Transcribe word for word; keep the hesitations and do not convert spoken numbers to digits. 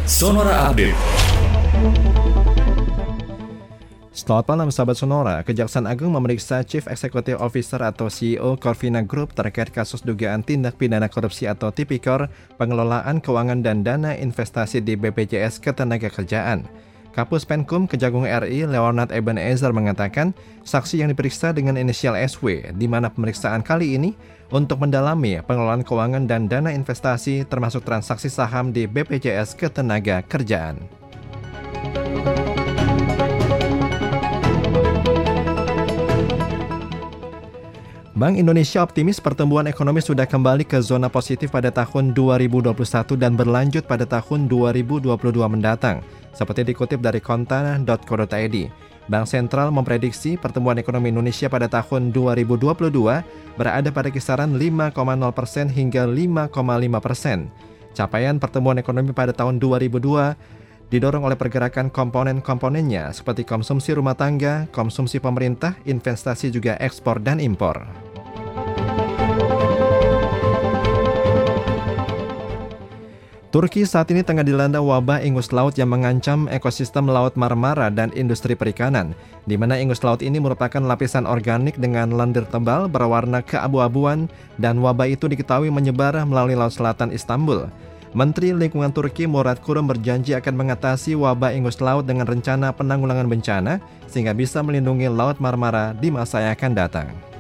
Sonora Update. Selamat malam sahabat Sonora. Kejaksaan Agung memeriksa Chief Executive Officer atau C E O Corvina Group terkait kasus dugaan tindak pidana korupsi atau tipikor, pengelolaan keuangan dan dana investasi di B P J S Ketenagakerjaan. Kapus Penkum Kejagung R I Leonard Ebenezer mengatakan saksi yang diperiksa dengan inisial S W, di mana pemeriksaan kali ini untuk mendalami pengelolaan keuangan dan dana investasi termasuk transaksi saham di B P J S Ketenagakerjaan. Bank Indonesia optimis pertumbuhan ekonomi sudah kembali ke zona positif pada tahun dua ribu dua puluh satu dan berlanjut pada tahun dua ribu dua puluh dua mendatang, seperti dikutip dari kontan titik co titik i d. Bank Sentral memprediksi pertumbuhan ekonomi Indonesia pada tahun dua ribu dua puluh dua berada pada kisaran lima koma nol persen hingga lima koma lima persen. Capaian pertumbuhan ekonomi pada tahun dua ribu dua didorong oleh pergerakan komponen-komponennya seperti konsumsi rumah tangga, konsumsi pemerintah, investasi juga ekspor dan impor. Turki saat ini tengah dilanda wabah ingus laut yang mengancam ekosistem Laut Marmara dan industri perikanan, di mana ingus laut ini merupakan lapisan organik dengan lendir tebal berwarna keabu-abuan dan wabah itu diketahui menyebar melalui Laut Selatan Istanbul. Menteri Lingkungan Turki Murat Kurum berjanji akan mengatasi wabah ingus laut dengan rencana penanggulangan bencana sehingga bisa melindungi Laut Marmara di masa yang akan datang.